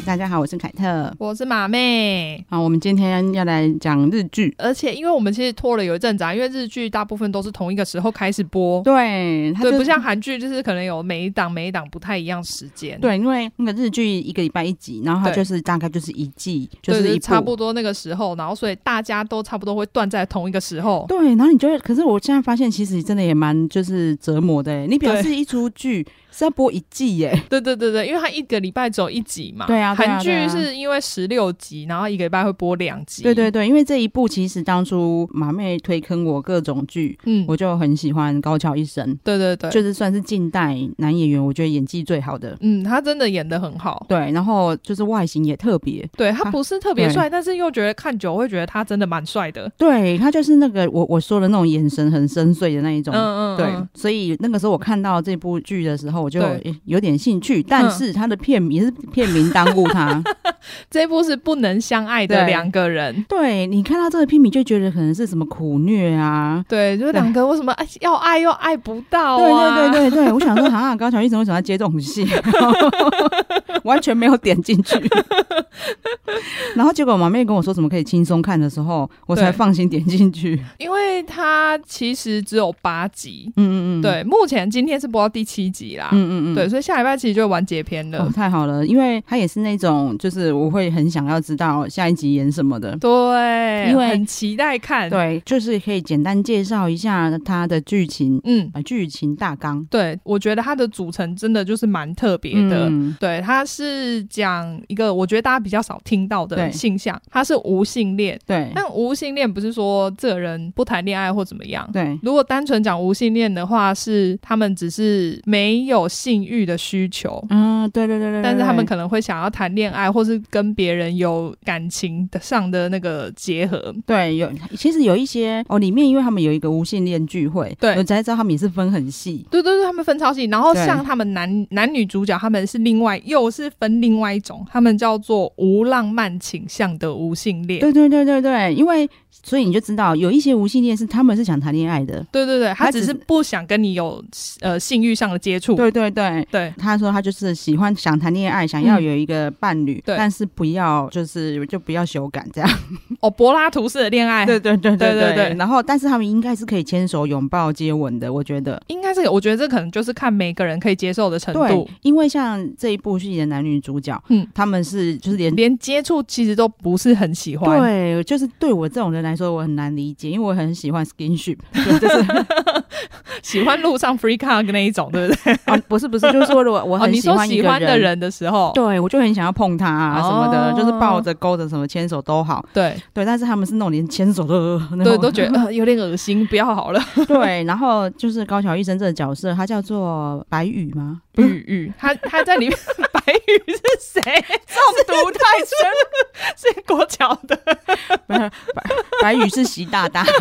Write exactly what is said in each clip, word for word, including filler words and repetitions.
大家好，我是凯特， 我是马妹。 好，我们今天要来讲日剧， 而且因为我们其实拖了有一阵子啊，因为日剧大部分都是同一个时候开始播， 对，它、就是、 对，不像韩剧就是可能有每一档每一档不太一样时间。 对，因为那个日剧一个礼拜一集，然后它就是大概就是一季，就是一部， 对，差不多那个时候，然后所以大家都差不多会断在同一个时候。 对，然后你就会，可是我现在发现其实真的也蛮就是折磨的耶，你表示一出剧是要播一季耶。 对对对对，因为它一个礼拜只有一集嘛。 对啊， 韩剧是因为十六集，然后一个礼拜会播两集。 对对对，因为这一部其实当初马妹推坑我各种剧，嗯，我就很喜欢高桥一生。 对对对， 就是算是近代男演员，我觉得演技最好的。 嗯，他真的演得很好。 对，然后就是外形也特别。 对，他不是特别帅，但是又觉得看久会觉得他真的蛮帅的。 对，他就是那个我我说的那种眼神很深邃的那一种。嗯嗯嗯。对，所以那个时候我看到这部剧的时候，我就有点兴趣，但是他的片名也是片名耽误他。 这部是不能相爱的两个人。 对，你看到这个片名就觉得可能是什么苦虐啊。 对，就是两个为什么要爱又爱不到啊？ 对对对对对，我想说哈，高桥一生为什么要接这种戏？完全没有点进去。然后结果马妹跟我说什么可以轻松看的时候，我才放心点进去。 因为它其实只有八集。嗯嗯嗯。对，目前今天是播到第七集啦。嗯嗯嗯。对，所以下礼拜其实就会完结篇了。 哦，太好了，因为它也是那种就是我会很想要知道下一集演什么的。 对，因为很期待看。 对，就是可以简单介绍一下它的剧情。嗯，剧情大纲。 对，我觉得它的组成真的就是蛮特别的。嗯，对，它是讲一个我觉得大家比较少听到的性向，它是无性恋。 对， 但无性恋不是说这个人不谈恋爱或怎么样。 对， 如果单纯讲无性恋的话，是他们只是没有性欲的需求。 嗯，对对对 对, 对， 但是他们可能会想要谈恋爱，或是跟别人有感情上的那个结合。 对，有其实有一些哦，里面因为他们有一个无性恋聚会， 对， 我才知道他们也是分很细。 对对对，他们分超细。然后像他们男男女主角，他们是另外又是分另外一种，他们叫做无浪漫倾向的无性恋。 对对对对对，因为所以你就知道有一些无性恋是他们是想谈恋爱的。 对对对，他只是不想跟你有呃性欲上的接触。 对对对对， 他说他就是喜欢想谈恋爱，想要有一个伴侣，嗯、但是不要就是就不要羞感这样。 哦，柏拉图式的恋爱。 对对对对 对, 对, 对, 对。然后，但是他们应该是可以牵手、拥抱、接吻的，我觉得应该是。我觉得这可能就是看每个人可以接受的程度。 对，因为像这一部戏的男女主角，嗯，他们是就是连连接触其实都不是很喜欢。 对，就是对我这种人来说，我很难理解，因为我很喜欢 skinship， 就, 就是喜欢路上 free hug 那一种，对不对？ 啊，不是不是，就是说如果我很喜欢一个人、哦、你说喜欢的人的时候， 对，我就很想要碰他啊什么的，哦、就是抱着、勾着什么牵手都好。 对对， 但是他们是那种连牵手都对都觉得、呃、有点恶心，不要好了。 对，然后就是高桥一生这个角色，他叫做白羽吗？ 雨雨，他他在里面。白羽是谁？中毒太深，是国桥的。 白白羽是习大大。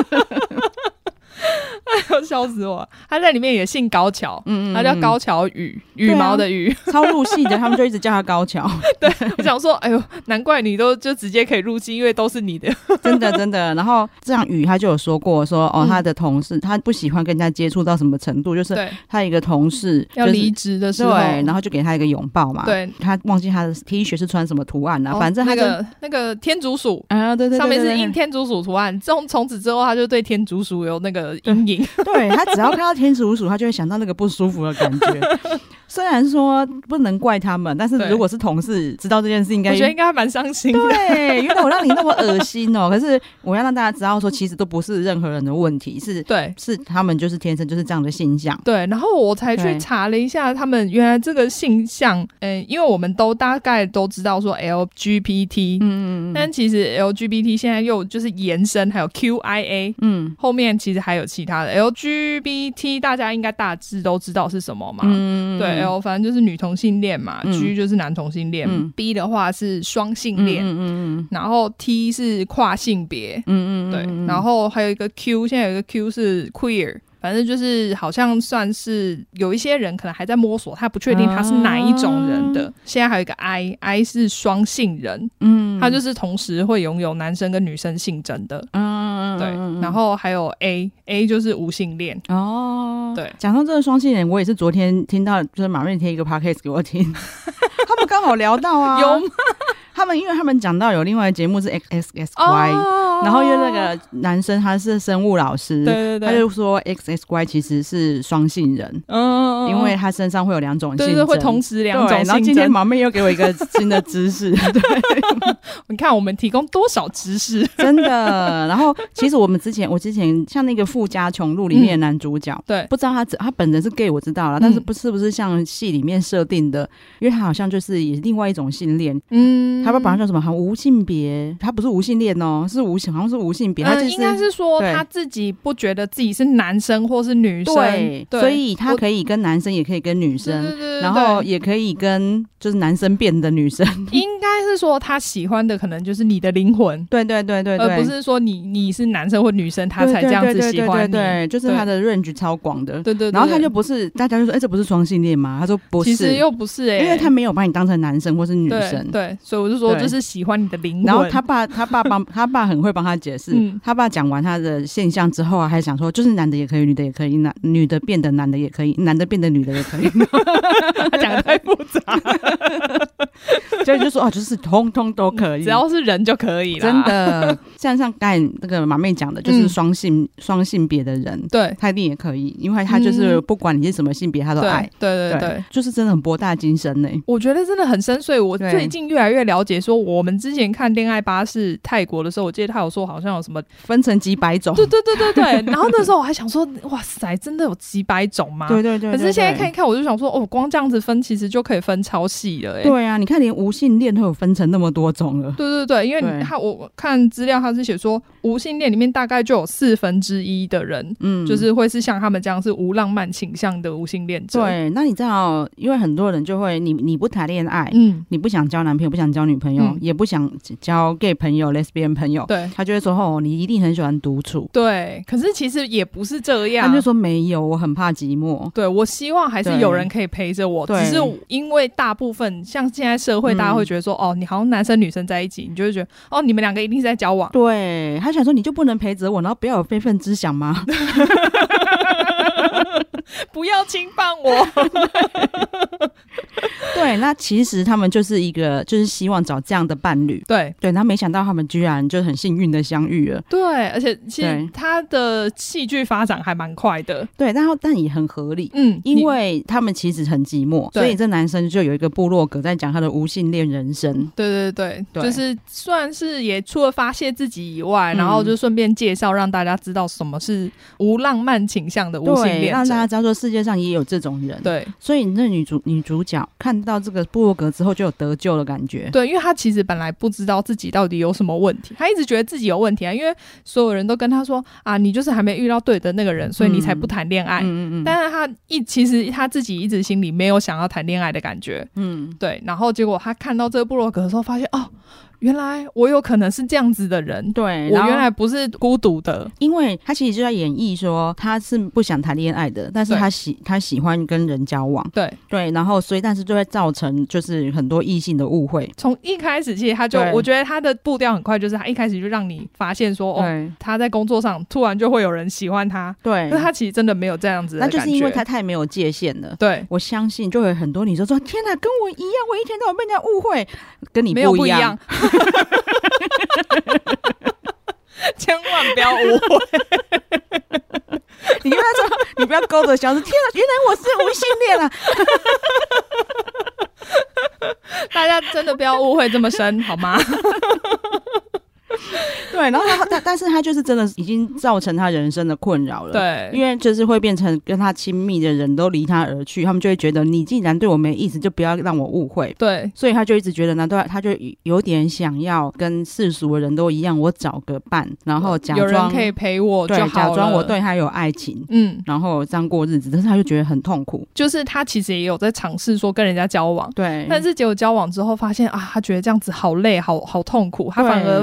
哎呦，笑死我！他在里面也姓高桥，嗯嗯嗯，他叫高桥羽，羽毛的羽， 啊、超入戏的，他们就一直叫他高桥。 对，我想说，哎呦，难怪你都就直接可以入戏，因为都是你的， 真的真的。然后这样羽他就有说过说，哦，他的同事、嗯、他不喜欢跟人家接触到什么程度，就是他一个同事、就是、 要离职的时候， 对，然后就给他一个拥抱嘛。对，他忘记他的 T 恤是穿什么图案了、啊哦，反正他那个那个天竺鼠啊，对 对, 对, 对, 对， 上面是印天竺鼠图案。从从此之后，他就对天竺鼠有那个阴影。 对，他只要看到天竺鼠，他就会想到那个不舒服的感觉。虽然说不能怪他们，但是如果是同事知道这件事，应该我觉得应该蛮伤心的。 对，原来我让你那么恶心哦。可是我要让大家知道说，其实都不是任何人的问题，是对，是他们就是天生就是这样的性向。 对，然后我才去查了一下，他们原来这个性向，嗯，因为我们都大概都知道说 L G B T， 嗯嗯嗯，但其实 L G B T 现在又就是延伸，还有 Q I A， 嗯，后面其实还有其他的 L G B T， 大家应该大致都知道是什么嘛，嗯，对。L 反正就是女同性恋嘛、嗯、G 就是男同性恋、嗯、B 的话是双性恋、嗯嗯嗯、然后 T 是跨性别，嗯嗯，对，然后还有一个 Q， 现在有一个 Q 是 queer，反正就是好像算是有一些人可能还在摸索，他不确定他是哪一种人的、啊、现在还有一个 I I 是双性人，嗯，他就是同时会拥有男生跟女生性征的，嗯， 对，然后还有 A A 就是无性恋哦。 对， 讲到这个双性恋，我也是昨天听到，就是马妹贴一个 podcast 给我听，他们刚好聊到啊， 有吗？ 他们因为他们讲到有另外的节目是 X X X Y，哦，然后因为那个男生他是生物老师， 对对对， 他就说 X X Y 其实是双性人，嗯，因为他身上会有两种性征，对对， 会同时两种性征。 然后今天马妹又给我一个新的知识，对， 你看我们提供多少知识， 真的。然后其实我们之前我之前像那个富家穷路里面的男主角，嗯，对，不知道他他本人是 gay 我知道了，嗯，但是不是不是像戏里面设定的，因为他好像就是也是另外一种性恋，嗯，他把他叫什么？好无性别，他不是无性恋哦，是无性，好像是无性别。他，就是呃， 应该是说他自己不觉得自己是男生或是女生， 对，对，所以他可以跟男生，也可以跟女生，对对对对，然后也可以跟就是男生变的女生。 应该是说他喜欢的可能就是你的灵魂， 对对对对对， 而不是说你你是男生或女生他才这样子喜欢你， 对对对对对，就是他的 range 超广的， 对对对。 然后他就不是，大家就说，哎，欸，这不是双性恋吗？他说不是， 其实又不是，哎，欸， 因为他没有把你当成男生或是女生， 对，对，所以我就说就是喜欢你的灵魂。 然后他爸他爸帮他爸很会帮他解释，嗯，他爸讲完他的现象之后啊，还想说就是男的也可以，女的也可以，男女的变得男的也可以，男的变得女的也可以。 他讲的太复杂了， 所以就说啊，就是通通都可以， 只要是人就可以了。 真的，像像刚才那个马妹讲的，就是双性双，嗯，性别的人，对，他一定也可以，因为他就是不管你是什么性别，他都爱。对对 对, 对，就是真的很博大精深呢。 我觉得真的很深邃。我最近越来越了解，说我们之前看《恋爱巴士》泰国的时候，我记得他有说好像有什么分成几百种， 对对对对对。然后那时候我还想说，哇塞，真的有几百种吗？ 对对 对, 对, 对, 对。 可是现在看一看，我就想说，哦，光这样子分，其实就可以分超细了。 对啊，你看连无性恋都有分成那么多种了。 对对对，因为他我看资料，他是写说无性恋里面大概就有四分之一的人，嗯，就是会是像他们这样是无浪漫倾向的无性恋者。 对，那你知道，因为很多人就会，你你不谈恋爱，嗯，你不想交男朋友，不想交女朋友，嗯，也不想交 gay 朋友、lesbian 朋友，对，他就会说哦，你一定很喜欢独处。 对，可是其实也不是这样， 他就说没有，我很怕寂寞。 对，我希望还是有人可以陪着我，只是因为大部分像现在社会，大家会觉得说，嗯，哦，你好像男生女生在一起，你就会觉得哦，你们两个一定是在交往。 对，他想说你就不能陪着我，然后不要有非分之想吗？ 不要侵犯我。 对，那其实他们就是一个，就是希望找这样的伴侣。对对，然后没想到他们居然就很幸运的相遇了。 对，而且其实他的戏剧发展还蛮快的。 对，然后但也很合理。嗯，因为他们其实很寂寞，所以这男生就有一个部落格在讲他的无性恋人生。 对对 对, 对，就是算是也除了发泄自己以外，嗯，然后就顺便介绍让大家知道什么是无浪漫倾向的无性恋者， 让大家知道说世界上也有这种人。对，所以那女主女主角看到这个部落格之后就有得救的感觉。 对，因为她其实本来不知道自己到底有什么问题，她一直觉得自己有问题啊，因为所有人都跟她说啊，你就是还没遇到对的那个人，所以你才不谈恋爱。嗯嗯嗯。但是她一其实她自己一直心里没有想要谈恋爱的感觉。嗯，对。然后结果她看到这个部落格的时候，发现哦，原来我有可能是这样子的人。对，我原来不是孤独的。 因为他其实就在演绎说他是不想谈恋爱的，但是他喜他喜欢跟人交往。对对，然后所以但是就会造成就是很多异性的误会。 从一开始其实他就我觉得他的步调很快，就是他一开始就让你发现说哦，他在工作上突然就会有人喜欢他。对，但他其实真的没有这样子的感觉。 那就是因为他太没有界限了。对，我相信就会有很多女生说天哪，跟我一样，我一天到晚被人家误会，跟你不一样。没有不一样。 千万不要误会。 你跟他说，你不要勾着笑说天啊，原来我是无性恋啊。 大家真的不要误会这么深好吗？ 对，然后他他但是他就是真的已经造成他人生的困扰了。对，因为就是会变成跟他亲密的人都离他而去，他们就会觉得你既然对我没意思，就不要让我误会。对，所以他就一直觉得呢，对，他就有点想要跟世俗的人都一样，我找个伴，然后假装有人可以陪我就好了， 对，假装我对他有爱情，嗯，然后这样过日子，但是他就觉得很痛苦。 就是他其实也有在尝试说跟人家交往，对，但是结果交往之后发现啊，他觉得这样子好累，好好痛苦，他反而分手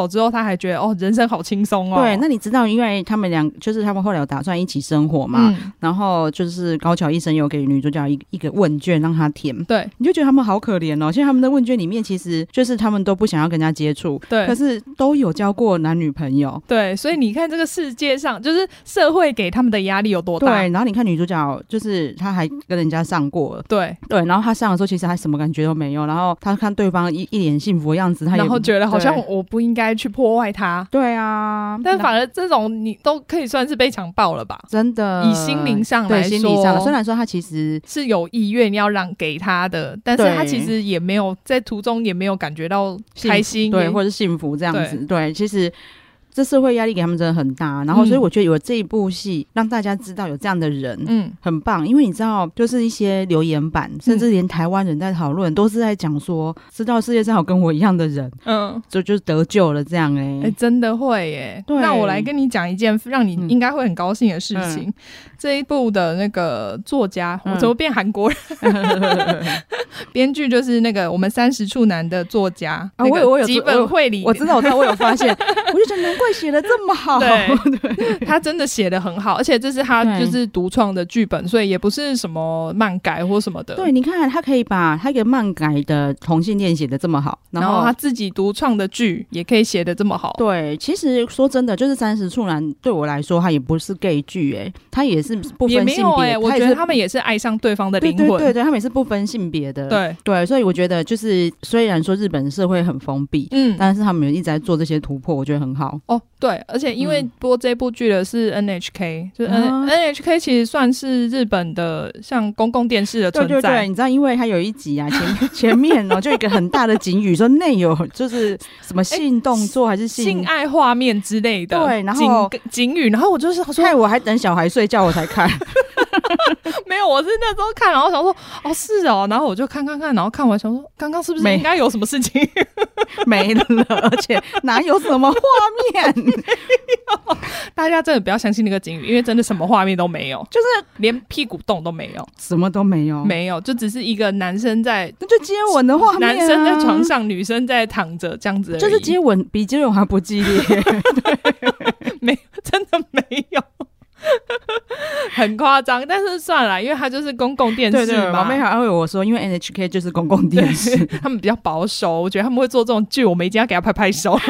之后他还觉得哦人生好轻松哦。 对，那你知道因为他们俩就是他们后来有打算一起生活嘛、嗯、然后就是高桥医生有给女主角 一, 一个问卷让她填， 对， 你就觉得他们好可怜哦。现在他们的问卷里面其实就是他们都不想要跟人家接触，对，可是都有交过男女朋友， 对，所以你看这个世界上就是社会给他们的压力有多大。 对，然后你看女主角就是她还跟人家上过了， 对对，然后她上的时候其实还什么感觉都没有，然后她看对方 一, 一脸幸福的样子，她也然后觉得好像我不应该去破坏他。 对啊， 但反而这种你都可以算是被强暴了吧， 真的， 以心灵上来说， 对，心理上虽然说他其实是有意愿要让给他的，但是他其实也没有在途中也没有感觉到开心， 对，或者是幸福这样子。 对, 对，其实这社会压力给他们真的很大，然后所以我觉得有这一部戏让大家知道有这样的人，嗯，很棒。因为你知道就是一些留言板甚至连台湾人在讨论、嗯、都是在讲说知道世界上有跟我一样的人，嗯，就就是得救了这样。哎、欸欸， 真的会耶。对，那我来跟你讲一件让你应该会很高兴的事情、嗯、这一部的那个作家、嗯、我怎么变韩国人编剧就是那个我们三十处男的作家、啊、那个吉本惠里， 我知道我知道我有发现我就觉得难怪写得这么好。 对，他真的写得很好，而且这是他就是独创的剧本，所以也不是什么漫改或什么的。 对，你看他可以把他一个漫改的同性恋写得这么好， 然后, 然后他自己独创的剧也可以写得这么好。 对，其实说真的就是三十处男对我来说他也不是 gay 剧，哎，他也是不分性别，也没有哎，我觉得他们也是爱上对方的灵魂。 对对 对, 对，他们也是不分性别的。对对，所以我觉得就是虽然说日本社会很封闭，嗯，但是他们一直在做这些突破，我觉得很好。 哦，对，而且因为播这部剧的是 N H K， 就是 N、嗯、N H K 其实算是日本的像公共电视的存在。 对对对，你知道因为它有一集啊，前前面哦就有一个很大的警语说内有就是什么性动作还是 性,、欸、 性爱画面之类的， 对，然后警语，然后我就是说害我还等小孩睡觉我才看没有，我是那时候看然后想说哦是哦，然后我就看看看，然后看完想说刚刚是不是应该有什么事情没了，而且哪有什么画面大家真的不要相信那个警语，因为真的什么画面都没有，就是连屁股洞都没有， 什么都没有， 没有，就只是一个男生在， 那就接吻的画面、啊、 男生在床上女生在躺着这样子而已， 就是接吻比接吻还不激烈对，没真的没有很夸张，但是算了，因为它就是公共电视嘛。对对， 毛妹还安慰我说因为 N H K 就是公共电视他们比较保守，我觉得他们会做这种剧我们一定要给他拍拍手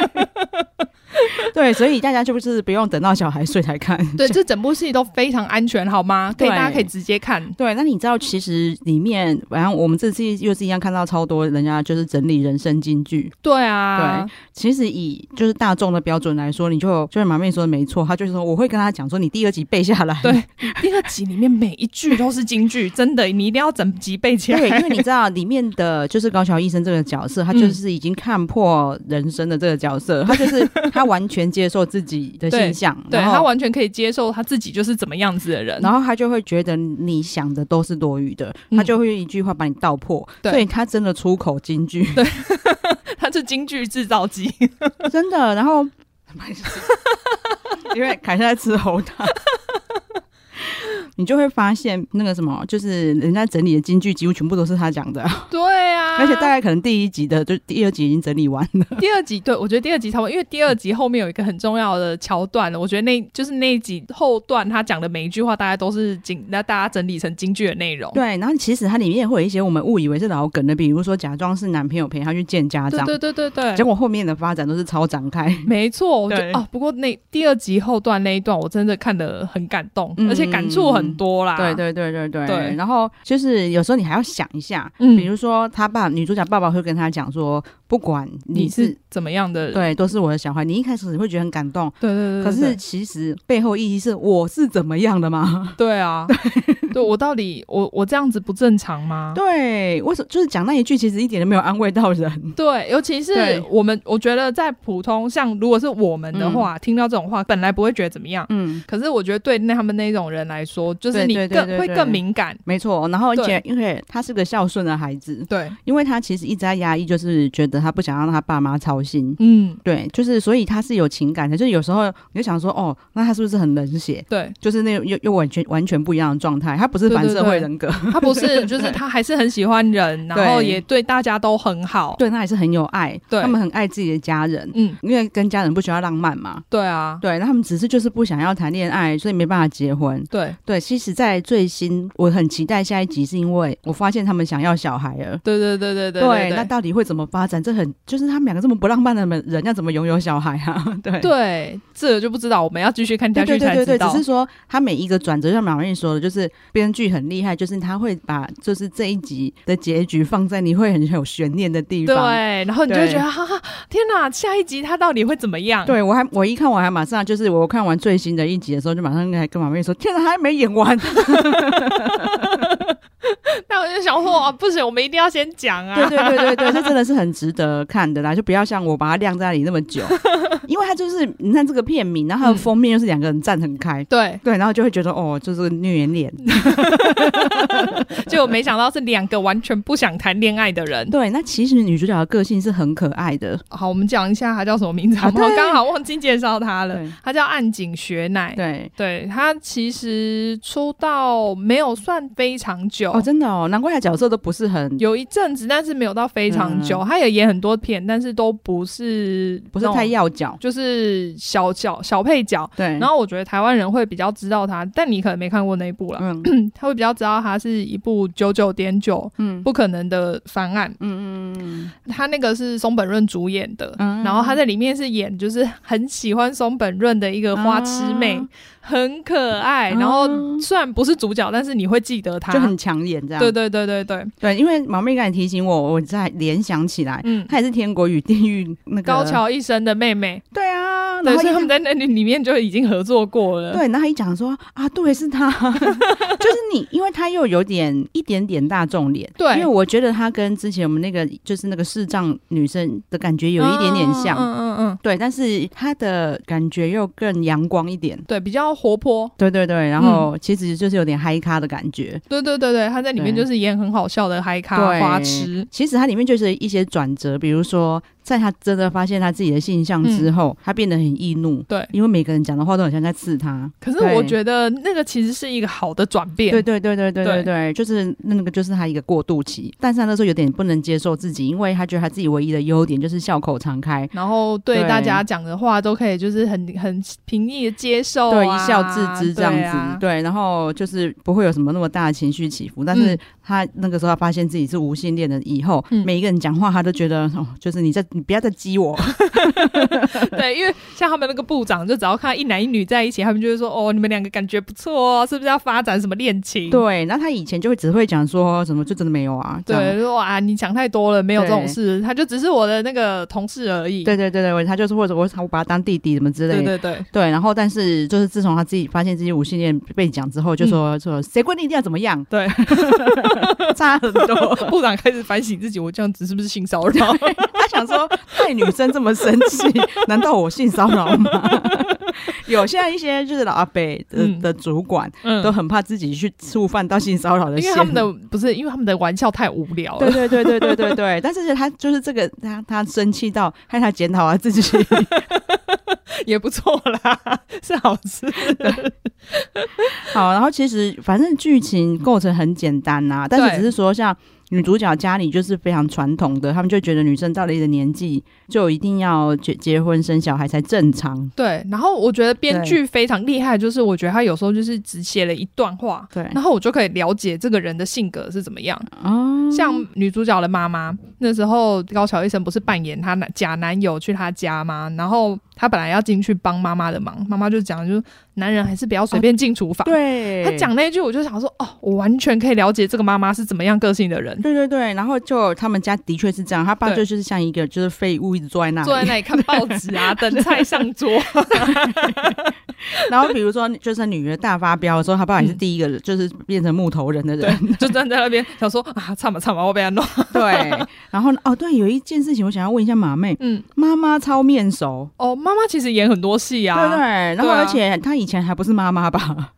对，所以大家就是不用等到小孩睡才看。 对，这整部戏都非常安全好吗？可以，大家可以直接看。 对，那你知道其实里面反正我们这次又是一样看到超多人家就是整理人生金句。 对啊， 对，其实以就是大众的标准来说，你就就是马妹说的没错，他就是说我会跟他讲说你第二集背下来。 对，第二集里面每一句都是金句真的，你一定要整集背起来。 对，因为你知道里面的就是高桥医生这个角色，他就是已经看破人生的这个角色、嗯、他就是他完全接受自己的形象， 对，对他完全可以接受他自己就是怎么样子的人， 然后他就会觉得你想的都是多余的、嗯、他就会一句话把你道破，所以他真的出口金句。 对他是金句制造机真的。然后因为凯夏在吃喉糖你就会发现那个什么就是人家整理的金句几乎全部都是他讲的。 对啊， 而且大概可能第一集的就第二集已经整理完了。 第二集，对，我觉得第二集差不多，因为第二集后面有一个很重要的桥段了，我觉得那就是那一集后段他讲的每一句话大概都是金，那大家整理成金句的内容。 对，然后其实它里面会有一些我们误以为是老梗的，比如说假装是男朋友陪他去见家长， 对对对对对， 结果后面的发展都是超展开。 没错，我觉得哦，不过那第二集后段那一段我真的看得很感动、嗯、而且感触很多啦。 对对对对 对, 对，然后就是有时候你还要想一下、嗯、比如说他爸女主角爸爸会跟他讲说不管你是, 你是怎么样的人， 对，都是我的小孩，你一开始你会觉得很感动， 对对 对, 对, 对， 可是其实背后意义是我是怎么样的吗？ 对啊对, 对，我到底我我这样子不正常吗？ 对，为什么就是讲那一句其实一点都没有安慰到人。 对，尤其是我们我觉得在普通像如果是我们的话、嗯、听到这种话本来不会觉得怎么样，嗯，可是我觉得对那他们那种人来说就是你更对对对对对会更敏感。 没错，然后而且因为他是个孝顺的孩子， 对， 因为他其实一直在压抑，就是觉得他不想让他爸妈操心。嗯，对，就是所以他是有情感的，就是有时候你就想说，哦，那他是不是很冷血？ 对， 就是那又又完全完全不一样的状态。他不是反社会人格，对对对， 他不是，就是他还是很喜欢人，然后也对大家都很好， 对，他还是很有爱，对，他们很爱自己的家人。嗯，因为跟家人不需要浪漫嘛。 对啊， 对，那他们只是就是不想要谈恋爱，所以没办法结婚。 对对，其实，在最新我很期待下一集，是因为我发现他们想要小孩了。 对对对对对 对, 对, 对，那到底会怎么发展？这很就是他们两个这么不浪漫的人，要怎么拥有小孩啊？对对，这个就不知道，我们要继续看下去才知道。对对对对， 只是说他每一个转折，像马瑞说的，就是编剧很厉害，就是他会把就是这一集的结局放在你会很有悬念的地方。 对，然后你就会觉得哈哈，天哪，下一集他到底会怎么样？ 对，我还我一看我还马上就是我看完最新的一集的时候，就马上跟跟马瑞说，天哪，他还没演完。 那我就想说、啊、不行，我们一定要先讲啊。 对对对对对，这真的是很值得看的啦，就不要像我把它晾在那里那么久。因为它就是你看这个片名，然后它的封面又是两个人站很开， 嗯、对对，然后就会觉得哦，就是虐恋。 结果没想到是两个完全不想谈恋爱的人。 对，那其实女主角的个性是很可爱的。 好，我们讲一下她叫什么名字好不好？刚好忘记介绍她了。她叫岸井雪乃。 对对，她其实出道没有算非常久哦，真的哦，难怪她角色都不是很有一阵子，但是没有到非常久。她、嗯、也演很多片，但是都不是不是太要角， 就是小小小配角。对，然后我觉得台湾人会比较知道她，但你可能没看过那一部啦。嗯，他会比较知道她是一部九九点九，嗯，不可能的方案。嗯嗯嗯，他那个是松本润主演的，嗯、然后他在里面是演就是很喜欢松本润的一个花痴妹。啊，很可爱，然后虽然不是主角，但是你会记得他， 就很抢眼这样。 对对对对对对，因为毛妹刚才提醒我，我在联想起来，嗯，她也是《天国与地狱》那个高桥一生的妹妹。 对啊， 对，所以他们在那里面就已经合作过了。 对，然后他一讲说啊，对，是他，就是你，因为他又有点一点点大众脸，对，因为我觉得他跟之前我们那个就是那个视障女生的感觉有一点点像，嗯嗯嗯，对，但是他的感觉又更阳光一点， 对，比较活泼， 对对对，然后其实就是有点嗨咖的感觉， 嗯、对对对对，他在里面就是演很好笑的嗨咖花痴。 其实他里面就是一些转折，比如说在他真的发现他自己的性向之后，嗯、他变得很易怒，对，因为每个人讲的话都很像在刺他。 可是我觉得那个其实是一个好的转变， 对对对对对对对，就是那个就是他一个过渡期，但是他那时候有点不能接受自己，因为他觉得他自己唯一的优点就是笑口常开， 然后对大家讲的话都可以就是很很平易的接受、啊， 对，一笑置之这样子，对,、啊、对，然后就是不会有什么那么大的情绪起伏。但是他那个时候他发现自己是无性恋的以后，嗯、每一个人讲话他都觉得哦，就是你在你不要再激我。 对，因为像他们那个部长，就只要看到一男一女在一起，他们就会说哦，你们两个感觉不错哦，是不是要发展什么恋情？ 对，然后他以前就会只会讲说什么就真的没有啊， 对，说啊你讲太多了，没有这种事，他就只是我的那个同事而已。 对对对对，他就是或者我我把他当弟弟什么之类的。 对对对对，然后但是就是自从他自己发现自己无性恋被讲之后，就说、嗯、说谁规定一定要怎么样？对，差很多。 部长开始反省自己，我这样子是不是性骚扰？ 他想说，对女生这么生气，难道我性骚扰吗？有现在一些就是老阿伯的、嗯、的主管、嗯、都很怕自己去触犯到性骚扰的线， 因为他们的不是因为他们的玩笑太无聊了。 对对对对对对对，但是他就是这个他他生气到害他检讨他自己。 也不错啦，是好事。 好，然后其实反正剧情构成很简单啊，但是只是说像女主角家里就是非常传统的，他们就觉得女生到了一个年纪就一定要结结婚生小孩才正常。 对，然后我觉得编剧非常厉害，就是我觉得他有时候就是只写了一段话，对，然后我就可以了解这个人的性格是怎么样。哦，像女主角的妈妈，那时候高桥一生不是扮演她假男友去她家吗？然后她本来要进去帮妈妈的忙，妈妈就讲就是男人还是不要随便进厨房。哦、对，她讲那一句我就想说哦，我完全可以了解这个妈妈是怎么样个性的人。 对对对，然后就他们家的确是这样，他爸就就是像一个就是废物，一直坐在那里坐在那里看报纸啊，等菜上桌。 然后比如说就是女儿大发飙的时候，他爸也是第一个、嗯、就是变成木头人的人， 就站在那边想说啊，唱吧唱吧，我被他弄。 对，然后哦对，有一件事情我想要问一下马妹，嗯，妈妈超面熟哦，妈妈其实演很多戏啊， 对对，然后而且她以前还不是妈妈吧？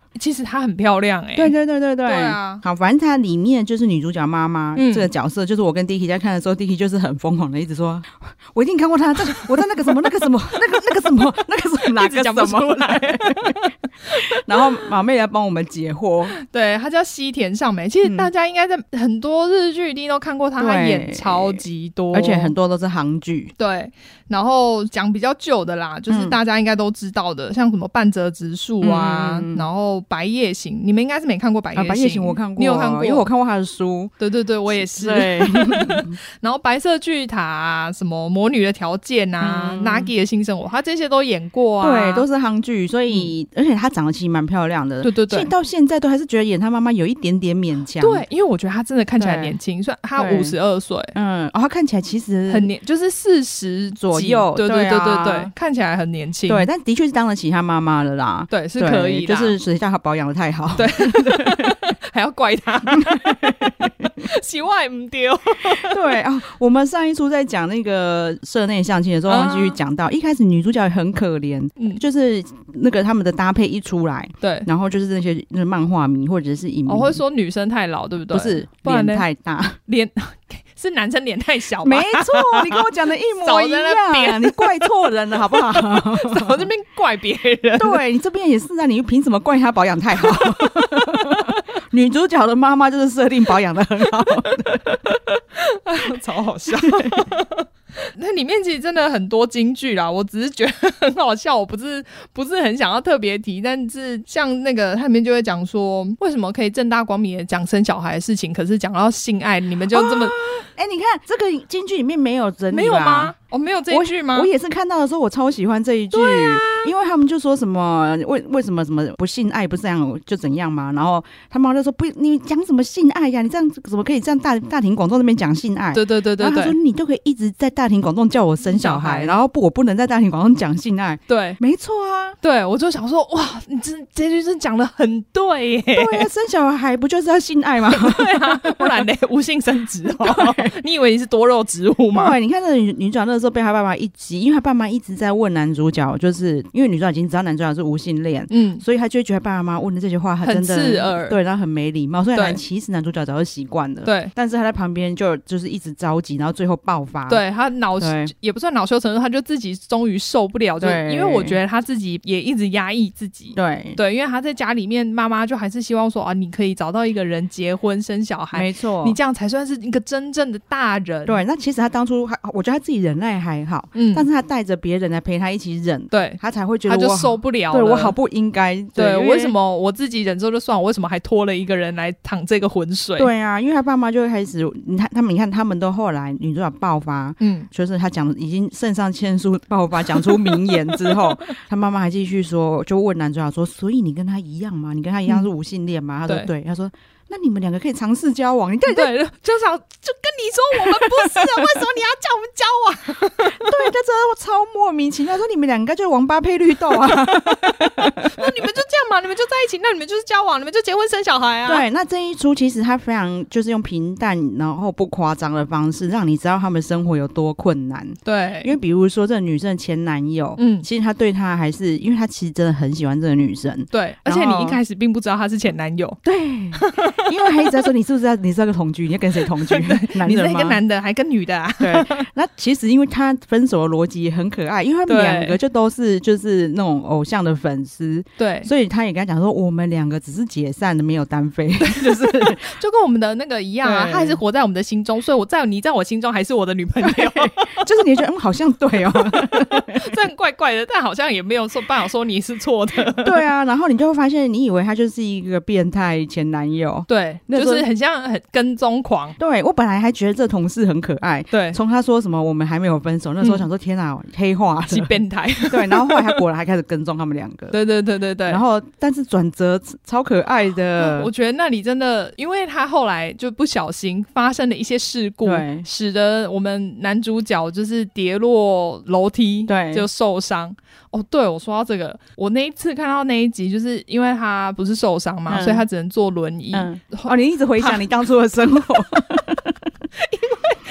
其实她很漂亮哎、欸。 对对对对对， 对啊。 好，反正她里面就是女主角妈妈、嗯、这个角色，就是我跟 Dicky 在看的时候 ，Dicky 就是很疯狂的一直说，我一定看过她，这个我在那个什么那个什么那个那个什么那个什么哪个什么， 讲不出来。 然后马妹来帮我们解惑， 对，她叫西田尚美。其实大家应该在很多日剧一定都看过她，她演超级多， 而且很多都是韩剧。 对，然后讲比较旧的啦，就是大家应该都知道的，嗯、像什么半泽直树啊、嗯，然后白夜行，你们应该是没看过白夜行。 啊、白夜行我看过， 你有看过？ 因为我看过他的书。 对对对，我也是。 对。 然后白色巨塔啊，什么魔女的条件啊、嗯、Nagi 的新生活，他这些都演过啊。 对，都是韩剧，所以、嗯、而且他长得其实蛮漂亮的。 对对对。 到现在都还是觉得演他妈妈有一点点勉强。 对，因为我觉得他真的看起来年轻，虽然他五十二岁， 嗯，哦，他看起来其实很年，就是四十左右。对对对对对、啊，看起来很年轻。 对，但的确是当得起他妈妈了啦。 对，是可以的， 就是谁叫他保养的太好。 对，还要怪他，洗外唔丢。 对啊、哦，我们上一出在讲那个社内相亲的时候，我们继续讲到、啊、一开始女主角也很可怜、嗯，就是那个他们的搭配一出来，对，然后就是那些那漫画迷或者是影迷， 我、哦、会说女生太老，对不对？ 不是，脸太大， 脸。是男生脸太小吧？ 没错，你跟我讲的一模一样，你怪错人了好不好？ 我这边怪别人， 对，你这边也是啊，你凭什么怪他保养太好？女主角的妈妈就是设定保养的很好的， 超好笑。那里面其实真的很多金句啦，我只是觉得很好笑，我不是不是很想要特别提，但是像那个它里面就会讲说，为什么可以正大光明的讲生小孩的事情，可是讲到性爱，你们就这么， 哎、哦，你看这个金句里面没有整理吧？ 没有吗？哦，没有这一句吗？ 我, 我也是看到的时候，我超喜欢这一句， 对啊， 因为他们就说什么为为什么什么不性爱不是这样就怎样嘛，然后他妈就说不，你讲什么性爱呀？你这样怎么可以这样大大庭广众那边讲性爱？ 对对对对对， 然后他说你就可以一直在大庭广众叫我生小孩，然后不，我不能在大庭广众讲性爱。 对， 没错啊。 对，我就想说，哇，你这这句真讲得很对耶。 对啊，生小孩不就是要性爱吗？ 对啊，不然呢，无性生殖哦。你以为你是多肉植物吗？ 对，你看这女女主角那时候被她爸爸一急，因为她爸妈一直在问男主角，就是因为女主角已经知道男主角是无性恋，嗯，所以她就会觉得爸爸妈妈问的这些话，她真的很刺耳， 对，然后很没礼貌。虽然其实男主角早就习惯了，对，但是他在旁边就就是一直着急，然后最后爆发。 对，他恼也不算恼羞成怒，他就自己终于受不了，就因为我觉得他自己也一直压抑自己，对对，因为他在家里面，妈妈就还是希望说啊，你可以找到一个人结婚生小孩，没错，你这样才算是一个真正的大人。 对，那其实他当初还，我觉得他自己忍耐还好，嗯，但是他带着别人来陪他一起忍，对，他才会觉得他就受不了了， 对我好不应该， 对，对为什么我自己忍受就算，我为什么还拖了一个人来淌这个浑水？ 对啊，因为他爸妈就会开始，你看他们，你看他们都后来女主角爆发，嗯，就是他讲已经肾上腺素爆发，讲出名言之后，他妈妈还继续说，就问男主角说，所以你跟他一样吗？你跟他一样是无性恋吗？嗯、他说对，他说。那你们两个可以尝试交往，你对对，就想就跟你说我们不是，为什么你要叫我们交往？ 对，他真的超莫名其妙，说你们两个就是王八配绿豆啊！ 那你们就这样嘛，你们就在一起，那你们就是交往，你们就结婚生小孩啊！ 对，那这一出其实他非常就是用平淡然后不夸张的方式，让你知道他们生活有多困难。对，因为比如说这个女生的前男友，嗯，其实他对她还是，因为他其实真的很喜欢这个女生， 对，而且你一开始并不知道他是前男友， 对。因为还一直在说你是不是要你是要个同居，你要跟谁同居？ 你是一个男的还跟女的啊？ 对，那其实因为他分手的逻辑也很可爱，因为他们两个就都是就是那种偶像的粉丝，对，所以他也跟他讲说，我们两个只是解散的，没有单飞，就是就跟我们的那个一样啊，他还是活在我们的心中，所以我在你在我心中还是我的女朋友， 就是你觉得嗯好像对哦， 这很怪怪的，但好像也没有说办法说你是错的， 对啊，然后你就会发现，你以为他就是一个变态前男友，对。 就是很像很跟踪狂， 对，我本来还觉得这同事很可爱，对，从他说什么我们还没有分手那时候想说、嗯、天哪，黑化极变态， 对，然后后来他果然还开始跟踪他们两个， 对对对对对， 然后但是转折超可爱的、 嗯、我觉得那里真的，因为他后来就不小心发生了一些事故，对，使得我们男主角就是跌落楼梯，对，就受伤。哦，对，我说到这个，我那一次看到那一集，就是因为他不是受伤嘛、嗯，所以他只能坐轮椅、嗯。哦， 你一直回想你当初的生活，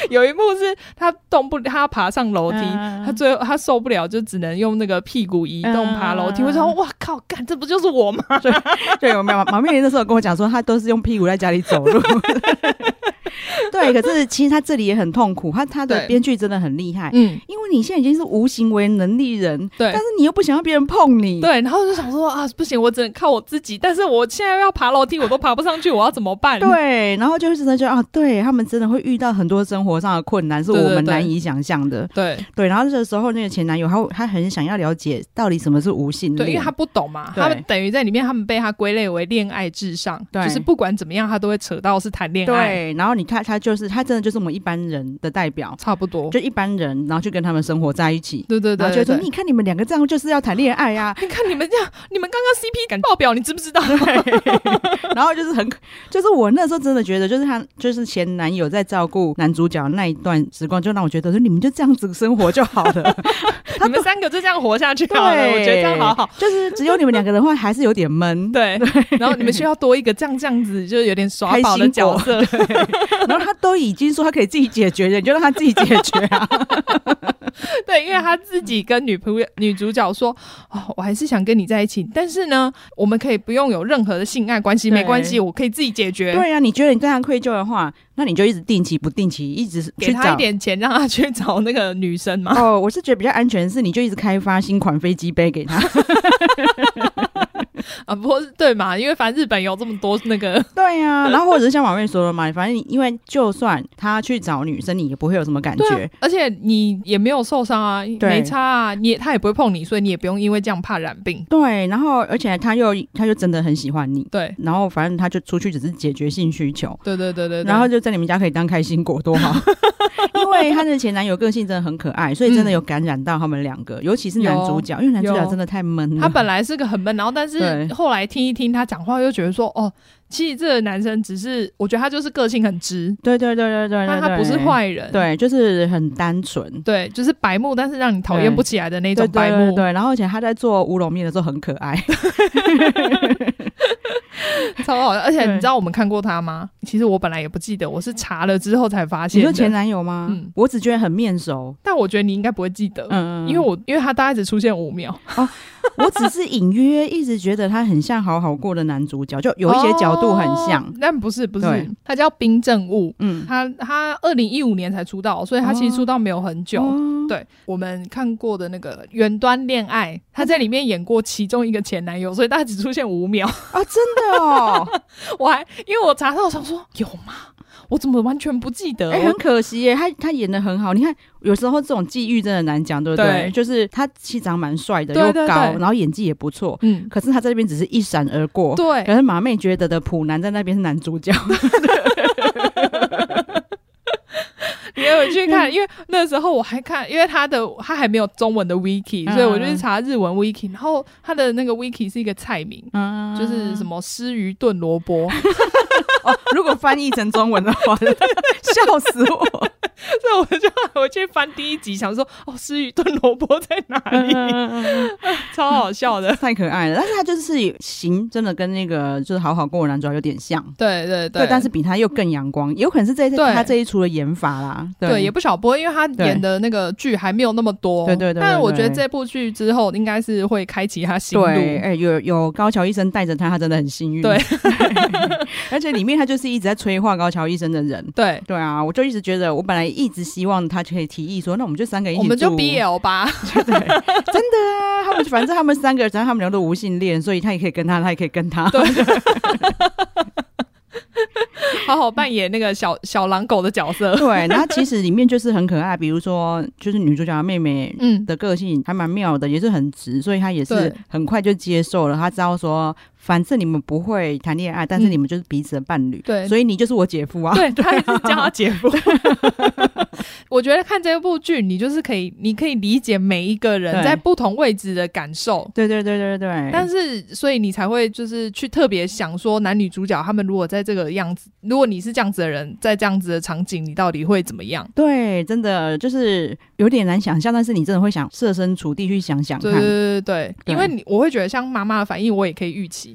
有一幕是他动不，他要爬上楼梯，嗯、他最后他受不了，就只能用那个屁股移动爬楼梯。嗯、我说哇靠，干这不就是我吗？ 对对，有没有？毛面莲那时候跟我讲说，他都是用屁股在家里走路。对，可是其实他这里也很痛苦，他他的编剧真的很厉害，嗯，因为你现在已经是无行为能力人，对，但是你又不想要别人碰你， 对，然后就想说啊，不行，我只能靠我自己，但是我现在要爬楼梯，我都爬不上去，我要怎么办？ 对，然后就真的觉得啊，对他们真的会遇到很多生活上的困难，是我们难以想象的， 对 对, 对, 对，然后这个时候那个前男友他他很想要了解到底什么是无性恋， 对，因为他不懂嘛，他们等于在里面他们被他归类为恋爱至上，就是不管怎么样他都会扯到是谈恋爱， 对，然后你看他就是他真的就是我们一般人的代表， 差不多就一般人，然后去跟他们生活在一起， 对对 对, 对, 对， 然后就说你看你们两个这样就是要谈恋爱啊， 你看你们这样，你们刚刚 C P 感爆表，你知不知道？ 然后就是很，就是我那时候真的觉得，就是他就是前男友在照顾男主角那一段时光，就让我觉得说你们就这样子生活就好了， 你们三个就这样活下去好了，我觉得这样好好， 就是只有你们两个的话还是有点闷， 对，然后你们需要多一个这样这样子，就是有点耍宝的角色， 然后他都已经说他可以自己解决的，你就让他自己解决啊。 对，因为他自己跟女朋友女主角说、哦、我还是想跟你在一起，但是呢我们可以不用有任何的性爱关系，没关系，我可以自己解决。 对啊，你觉得你这样愧疚的话，那你就一直定期不定期一直去给他一点钱让他去找那个女生嘛。 哦，我是觉得比较安全的是你就一直开发新款飞机杯给他。 啊，不过对嘛，因为反正日本有这么多那个， 对啊，然后或者是像马妹说的嘛，反正因为就算他去找女生，你也不会有什么感觉， 啊、而且你也没有受伤啊，没差啊，你也他也不会碰你，所以你也不用因为这样怕染病。 对，然后而且他又他又真的很喜欢你， 对， 然后反正他就出去只是解决性需求， 对对对 对, 对， 然后就在你们家可以当开心果，多好。因为他的前男友个性真的很可爱，所以真的有感染到他们两个、嗯、尤其是男主角，因为男主角真的太闷了， 他本来是个很闷，然后但是后来听一听他讲话又觉得说哦，其实这个男生只是我觉得他就是个性很直， 对对对对 对, 对, 对， 他不是坏人， 对，就是很单纯， 对，就是白目但是让你讨厌不起来的那种白目， 对, 对, 对, 对, 对，然后而且他在做乌龙面的时候很可爱。 超好的，而且你知道我们看过他吗？其实我本来也不记得，我是查了之后才发现的。 你说前男友吗？嗯，我只觉得很面熟， 但我觉得你应该不会记得，嗯嗯，因为我因为他大概只出现五秒。哦， 我只是隐约一直觉得他很像好好过的男主角，就有一些角度很像，哦、 但不是不是，他叫滨正悟，嗯，他他二零一五年才出道，所以他其实出道没有很久。哦、对，我们看过的那个《远端恋爱》，他在里面演过其中一个前男友，所以他只出现五秒啊，真的哦。 我还因为我查到，我想说有吗？我怎么完全不记得？ 哎、欸，很可惜耶，他他演得很好。你看，有时候这种际遇真的难讲，对不对？对，就是他气长蛮帅的，又高，然后演技也不错。嗯，可是他在这边只是一闪而过。对，可是马妹觉得的普男在那边是男主角。 你要回去看，因为那时候我还看，因为他的他还没有中文的 wiki，、嗯、所以我就去查日文 wiki， 然后他的那个 wiki 是一个菜名，嗯、就是什么虱鱼炖萝卜。 哦，如果翻译成中文的话，笑死我！ 所以我就我去翻第一集，想说哦，虱鱼炖萝卜在哪里？嗯、超好笑的， 太可爱了。但是他就是型真的跟那个就是好好过的男主角有点像， 对对 对, 对，但是比他又更阳光，有可能是这他这一出的演法啦。对, 对，也不小波，因为他演的那个剧还没有那么多， 对对 对, 对, 对, 对。 但我觉得这部剧之后应该是会开启他新路。 对，哎、欸，有有高桥医生带着他，他真的很幸运。对，而且里面他就是一直在催化高桥医生的人。对对啊，我就一直觉得，我本来一直希望他可以提议说，那我们就三个一起住， 我们就 B L 吧。 对，真的啊，他们反正他们三个，反正他们俩都无性恋，所以他也可以跟他，他也可以跟他。对。 好好扮演那个小小狼狗的角色。 对，然后其实里面就是很可爱，比如说就是女主角的妹妹的个性还蛮妙的，也是很直，所以她也是很快就接受了，她知道说反正你们不会谈恋爱，但是你们就是彼此的伴侣，对、嗯，所以你就是我姐夫啊。 对，他也是叫他姐夫。我觉得看这部剧，你就是可以，你可以理解每一个人在不同位置的感受。 对对对对对。 但是，所以你才会就是去特别想说，男女主角他们如果在这个样子，如果你是这样子的人，在这样子的场景，你到底会怎么样？ 对，真的就是有点难想象，但是你真的会想设身处地去想想看。 对对对 对, 对，因为你我会觉得像妈妈的反应，我也可以预期。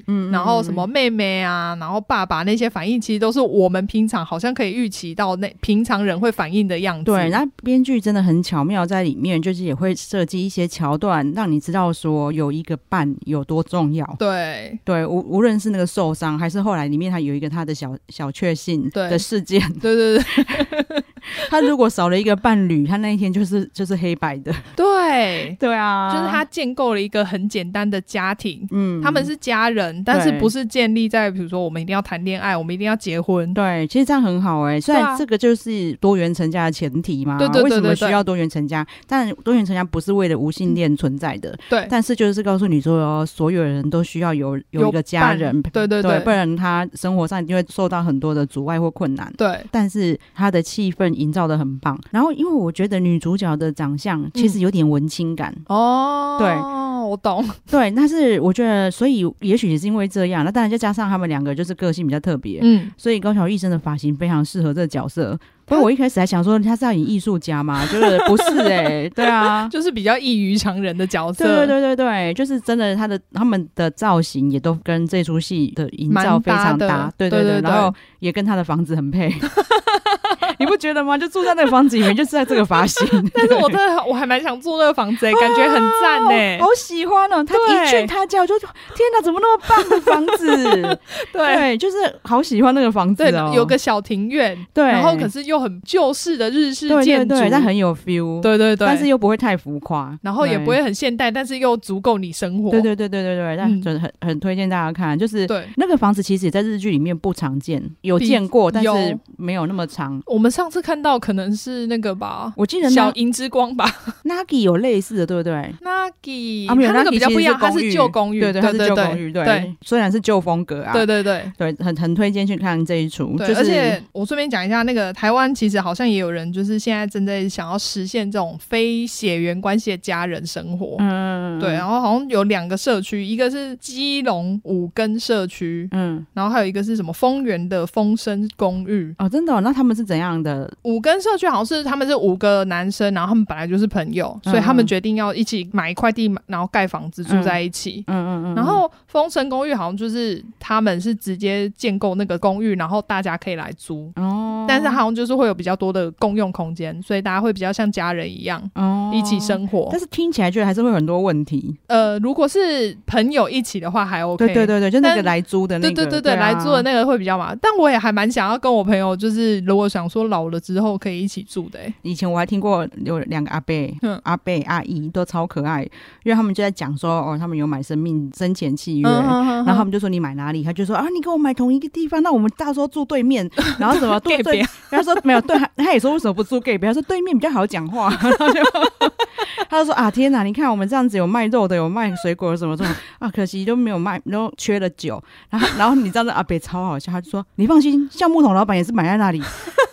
嗯，然后什么妹妹啊，然后爸爸那些反应，其实都是我们平常好像可以预期到那平常人会反应的样子。 对，那编剧真的很巧妙在里面，就是也会设计一些桥段，让你知道说有一个伴有多重要。 对对，无无论是那个受伤，还是后来里面他有一个他的小小确幸的事件。 对对对。 他如果少了一个伴侣，他那一天就是就是黑白的。 对对啊， 就是他建构了一个很简单的家庭，嗯，他们是家人，但是不是建立在比如说我们一定要谈恋爱，我们一定要结婚。 对，其实这样很好哎、欸，虽然这个就是多元成家的前提嘛， 对对对对对对， 为什么需要多元成家？但多元成家不是为了无性恋存在的， 对， 但是就是告诉你说，所有人都需要有有一个家人， 对对 对, 对， 不然他生活上一定会受到很多的阻碍或困难。 对， 但是他的气氛营造的很棒。然后，因为我觉得女主角的长相其实有点文青感、 嗯、哦， 对， 我懂， 对，但是我觉得，所以也许也是因为这样，那当然就加上他们两个就是个性比较特别，嗯，所以高桥医生的发型非常适合这个角色。不过我一开始还想说他是要演艺术家嘛，就是不是哎、欸，对啊， 就是比较异于常人的角色。 对对对对对，就是真的，他的他们的造型也都跟这出戏的营造非常搭，对对 对, 对, 对，然后也跟他的房子很配。你不觉得吗？就住在那个房子里面，就是在这个发型。 但是我真的我还蛮想住那个房子、欸，感觉很赞哎、欸， 好喜欢哦！他一去他家，我就天哪，怎么那么棒的房子？对, 对，就是好喜欢那个房子哦。 对，有个小庭院，对，然后可是又很旧式的日式建筑， 对对对，但很有 feel， 对对对， 但是又不会太浮夸， 然后也不会很现代，但是又足够你生活。 对对对对对对，但就很很推荐大家看，就是对那个房子其实也在日剧里面不常见，有见过，但是没有那么长。 我们上次看到可能是那个吧， 我记得小萤之光吧 ，Nagi 有类似的，对不对 ？Nagi 啊，没有， 它那个比较不一样，它是旧公寓， 对对，它是旧公寓，对对，虽然是旧风格啊， 对对对对，很很推荐去看这一出。 对，而且我顺便讲一下，那个台湾其实好像也有人，就是现在正在想要实现这种非血缘关系的家人生活，嗯，对，然后好像有两个社区，一个是基隆五根社区，嗯，然后还有一个是什么丰原的丰生公寓。 哦，真的、哦？那他们是怎样的？ 五根社区好像是他们是五个男生，然后他们本来就是朋友，所以他们决定要一起买一块地，然后盖房子住在一起。嗯嗯 嗯, 嗯。然后丰生公寓好像就是他们是直接建构那个公寓，然后大家可以来租。哦。但是好像就是会有比较多的共用空间，所以大家会比较像家人一样，哦，一起生活。 但是听起来觉得还是会有很多问题。 呃，如果是朋友一起的话还 OK。 对对对对，就那个来租的那个。 对对对 对, 对、啊，来租的那个会比较麻烦。但我也还蛮想要跟我朋友，就是如果想说老了之后可以一起住的、欸。 以前我还听过有两个阿伯、嗯、阿伯阿姨都超可爱，因为他们就在讲说哦，他们有买生命生前契约、嗯嗯嗯，然后他们就说你买哪里，他就说啊，你跟我买同一个地方，那我们到时候住对面，然后什么对对，他说没有对，他也说为什么不住 gay 他说对面比较好讲话，然后就他就说啊天哪，你看我们这样子有卖肉的，有卖水果什么什么啊，可惜都没有卖，都缺了酒，然后然后你知道那阿伯超好笑，他就说你放心，橡木桶老板也是买在那里。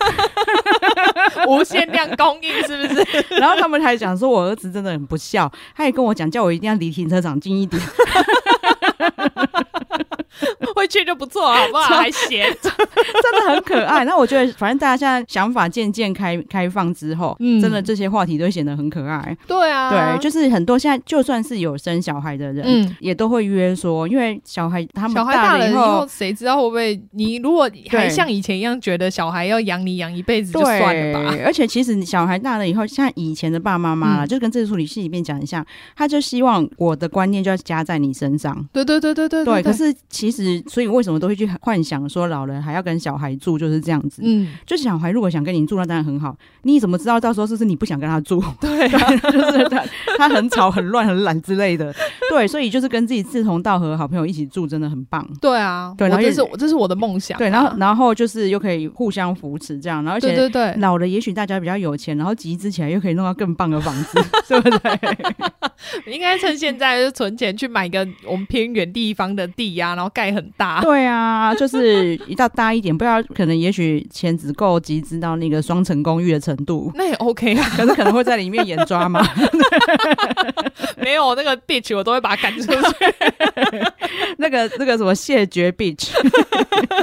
无限量供应是不是？ 然后他们还讲说我儿子真的很不孝，他也跟我讲叫我一定要离停车场近一点。 会去就不错好不好？还嫌真的很可爱。那我觉得反正大家现在想法渐渐开开放之后、嗯、真的这些话题都会显得很可爱。 对啊， 对，就是很多现在就算是有生小孩的人、嗯、也都会约说，因为小孩他们大了以后谁知道会不会，你如果还像以前一样觉得小孩要养你养一辈子就算了吧。 而且其实小孩大了以后，像以前的爸妈妈啦、嗯、就跟这出里戏里面讲一下，他就希望我的观念就要加在你身上。 对对对对对 对, 对, 对，可是其实所以为什么都会去幻想说老人还要跟小孩住就是这样子。嗯，就是小孩如果想跟你住那当然很好，你怎么知道到时候是不是你不想跟他住？ 对、啊、 就是他他很吵很乱很懒之类的。对，所以就是跟自己志同道合的好朋友一起住真的很棒。 对啊，对，然后这是这是我的梦想、啊。 对，然后然后就是又可以互相扶持这样，然后而且对对对， 老了也许大家比较有钱，然后集资起来又可以弄到更棒的房子，对不对？ 应该趁现在就存钱去买个我们偏远地方的地啊，然后盖很大。 对啊，就是一到大一点，不要可能也许钱只够集资到那个双层公寓的程度， 那也 OK 啊。 可是可能会在里面演抓嘛。 没有那个 bitch 我都会把它赶出去。 那个那个什么谢绝 bitch。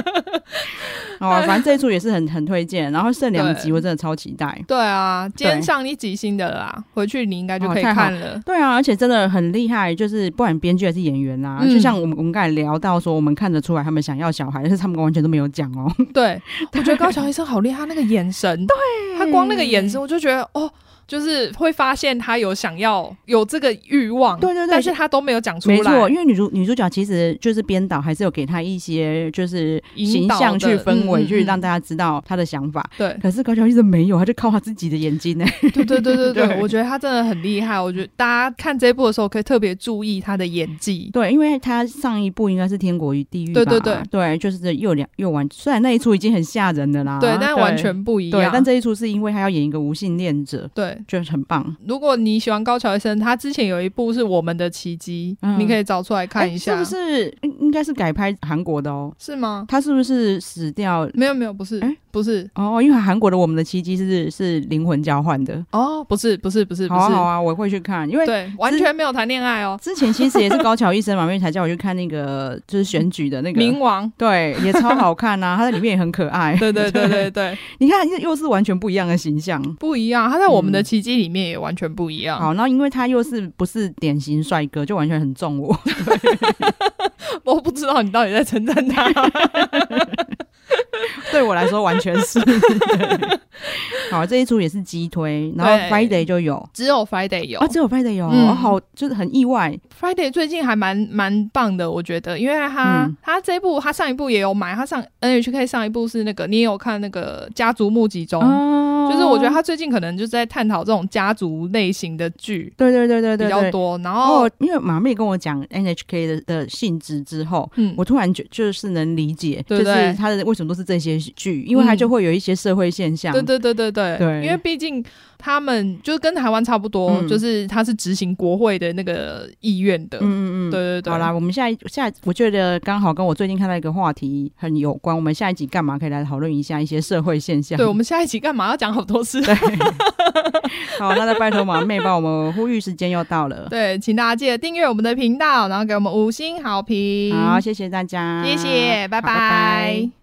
哦，反正这一出也是很很推荐，然后剩两集我真的超期待。 对啊，今天上一集新的啦，回去你应该就可以看了。 哦、对啊，而且真的很厉害，就是不管编剧还是演员啊，嗯、就像我们我们刚才聊到说，我们看得出来他们想要小孩，但是他们完全都没有讲哦。 对，我觉得高桥医生好厉害，那个眼神，对，他光那个眼神，我就觉得哦。就是会发现他有想要有这个欲望， 对对对， 但是他都没有讲出来。 没错，因为女主女主角其实就是编导还是有给她一些就是形象去氛围，去让大家知道她的想法。对，可是高桥医生没有，他就靠他自己的眼睛哎。 对对对对 对, 對，我觉得他真的很厉害。我觉得大家看这一部的时候可以特别注意他的演技。 对，因为他上一部应该是《天国与地狱》吧？对对对对，就是又两又完，虽然那一出已经很吓人的啦， 对，但完全不一样。 对，但这一出是因为他要演一个无性恋者，对，就是很棒。 如果你喜欢高桥医生，他之前有一部是我们的奇迹、嗯、你可以找出来看一下、 欸、是不是应该是改拍韩国的哦？ 是吗？ 他是不是死掉？ 没有没有，不是、欸、不是哦，因为韩国的我们的奇迹是是灵魂交换的哦，不是不是不是不是， 好啊好啊，我会去看，因为对完全没有谈恋爱哦。 之前其实也是高桥医生嘛，因为才叫我去看那个就是选举的那个冥王， 对，也超好看啊，他在里面也很可爱， 对对对对对， 你看又是完全不一样的形象， 不一样，他在我们的奇迹里面也完全不一样。 好，然后因为他又是不是典型帅哥，就完全很中我。 我不知道你到底在称赞他。 对我来说完全是。好，这一出也是激推，然后 Friday 就有， 只有 Friday 有啊， 只有 Friday 有，嗯、好，就是很意外。 Friday 最近还蛮蛮棒的，我觉得，因为他、嗯、他这一部他上一部也有买，他上 N H K 上一部是那个，你也有看那个家族募集中。哦，就是我觉得他最近可能就是在探讨这种家族类型的剧， 对对对对对， 比较多。然后、 哦、因为马妹跟我讲 N H K 的, 的性质之后、嗯，我突然就就是能理解，对对就是他的为什么都是这些剧，因为他就会有一些社会现象。 对对对对对对，因为毕竟他们就跟台湾差不多、嗯，就是他是执行国会的那个意愿的。嗯嗯，对对对。 好啦，我们下一下一我觉得刚好跟我最近看到一个话题很有关，我们下一集干嘛可以来讨论一下一些社会现象。 对，我们下一集干嘛要讲好多事。 对，好，那再拜托马妹帮我们呼吁，时间又到了。 对，请大家记得订阅我们的频道，然后给我们五星好评。 好，谢谢大家， 谢谢，拜拜。拜拜。